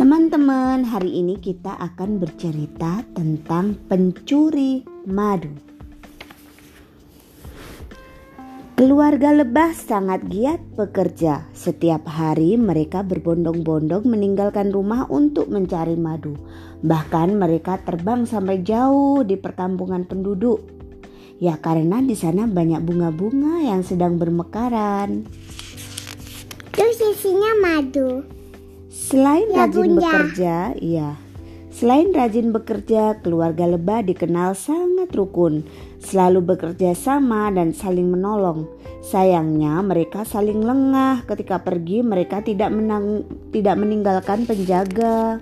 Teman-teman, hari ini kita akan bercerita tentang pencuri madu. Keluarga lebah sangat giat bekerja. Setiap hari mereka berbondong-bondong meninggalkan rumah untuk mencari madu. Bahkan mereka terbang sampai jauh di perkampungan penduduk. Ya, karena di sana banyak bunga-bunga yang sedang bermekaran. Terus isinya madu. Selain rajin bekerja, keluarga lebah dikenal sangat rukun, selalu bekerja sama dan saling menolong. Sayangnya mereka saling lengah ketika pergi, mereka tidak meninggalkan penjaga.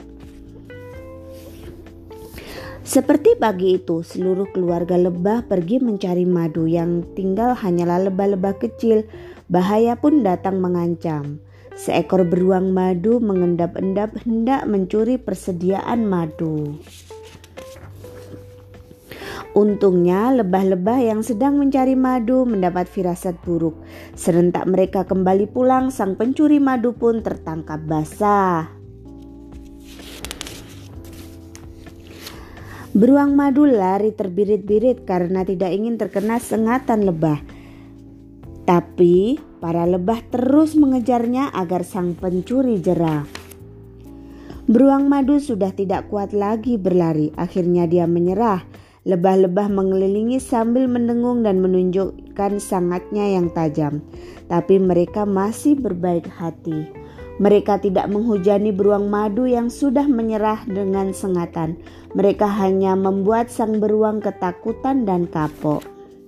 Seperti pagi itu, seluruh keluarga lebah pergi mencari madu. Yang tinggal hanyalah lebah-lebah kecil. Bahaya pun datang mengancam. Seekor beruang madu mengendap-endap hendak mencuri persediaan madu. Untungnya lebah-lebah yang sedang mencari madu mendapat firasat buruk. Serentak mereka kembali pulang, sang pencuri madu pun tertangkap basah. Beruang madu lari terbirit-birit karena tidak ingin terkena sengatan lebah. Tapi para lebah terus mengejarnya agar sang pencuri jera. Beruang madu sudah tidak kuat lagi berlari. Akhirnya dia menyerah. Lebah-lebah mengelilingi sambil mendengung dan menunjukkan sangatnya yang tajam. Tapi mereka masih berbaik hati. Mereka tidak menghujani beruang madu yang sudah menyerah dengan sengatan. Mereka hanya membuat sang beruang ketakutan dan kapok.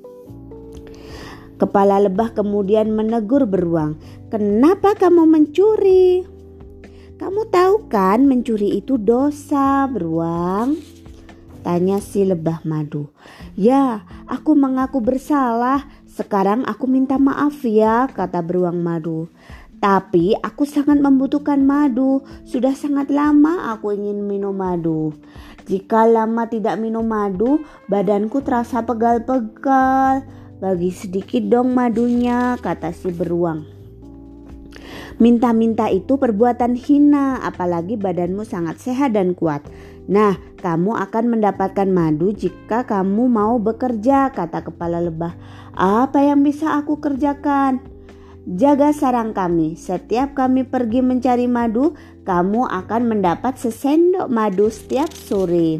Kepala lebah kemudian menegur beruang, "Kenapa kamu mencuri? Kamu tahu kan mencuri itu dosa, beruang?" Tanya si lebah madu. "Ya, aku mengaku bersalah. Sekarang aku minta maaf ya," kata beruang madu. "Tapi aku sangat membutuhkan madu. Sudah sangat lama aku ingin minum madu. Jika lama tidak minum madu, badanku terasa pegal-pegal. Bagi sedikit dong madunya," kata si beruang. "Minta-minta itu perbuatan hina, apalagi badanmu sangat sehat dan kuat. Nah, kamu akan mendapatkan madu jika kamu mau bekerja," kata kepala lebah. "Apa yang bisa aku kerjakan?" "Jaga sarang kami. Setiap kami pergi mencari madu, kamu akan mendapat sesendok madu setiap sore."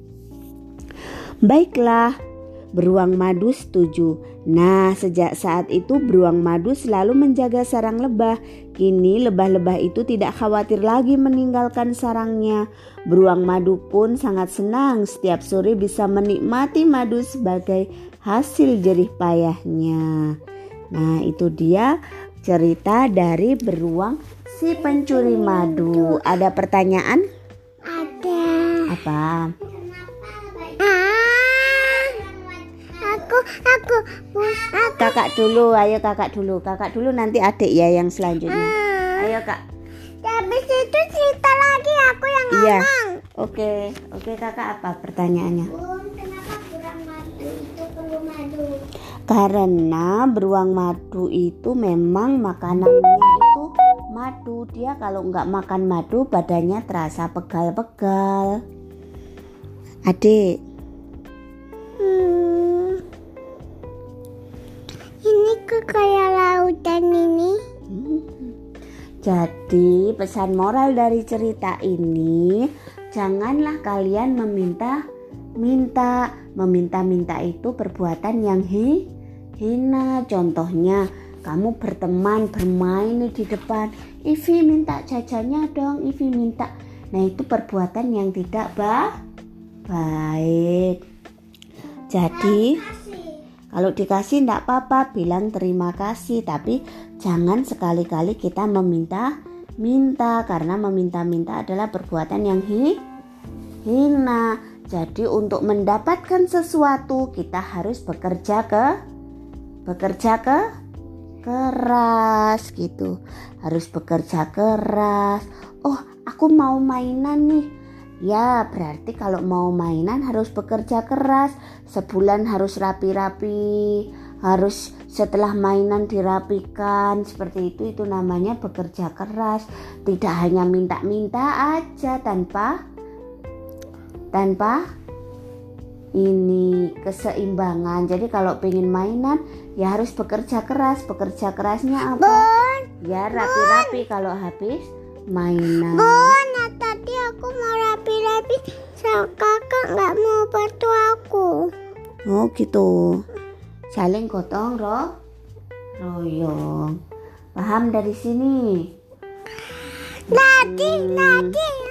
"Baiklah," beruang madu setuju. Nah, sejak saat itu beruang madu selalu menjaga sarang lebah. Kini lebah-lebah itu tidak khawatir lagi meninggalkan sarangnya. Beruang madu pun sangat senang setiap sore bisa menikmati madu sebagai hasil jerih payahnya. Nah, itu dia cerita dari beruang si pencuri madu. Ada pertanyaan? Ada. Apa? Aku. Kakak dulu, ayo kakak dulu nanti adik ya yang selanjutnya. Ayo kak. Habis itu cerita lagi aku yang ngomong. Oke kakak, apa pertanyaannya? Kenapa beruang madu itu perlu madu? Karena beruang madu itu memang makanannya itu madu. Dia kalau nggak makan madu badannya terasa pegal-pegal. Adik. Ini kayak lautan ini. Jadi pesan moral dari cerita ini, janganlah kalian meminta itu perbuatan yang hina. Contohnya, kamu berteman bermain di depan, "Ivi minta jajannya dong, Ivi minta." Nah, itu perbuatan yang tidak baik. Jadi kalau dikasih enggak apa-apa, bilang terima kasih. Tapi jangan sekali-kali kita meminta, karena meminta-minta adalah perbuatan yang hina. Jadi untuk mendapatkan sesuatu kita harus bekerja keras gitu. Harus bekerja keras. "Oh, aku mau mainan nih." Ya, berarti kalau mau mainan harus bekerja keras. Sebulan harus rapi-rapi, harus setelah mainan dirapikan seperti itu namanya bekerja keras. Tidak hanya minta-minta aja tanpa ini keseimbangan. Jadi kalau pengen mainan ya harus bekerja keras. Bekerja kerasnya apa? Ya rapi-rapi kalau habis mainan. Tadi aku mau rapi-rapi, kakak nggak mau bantu aku. Oh gitu. Saling gotong royong. Paham dari sini? Lagi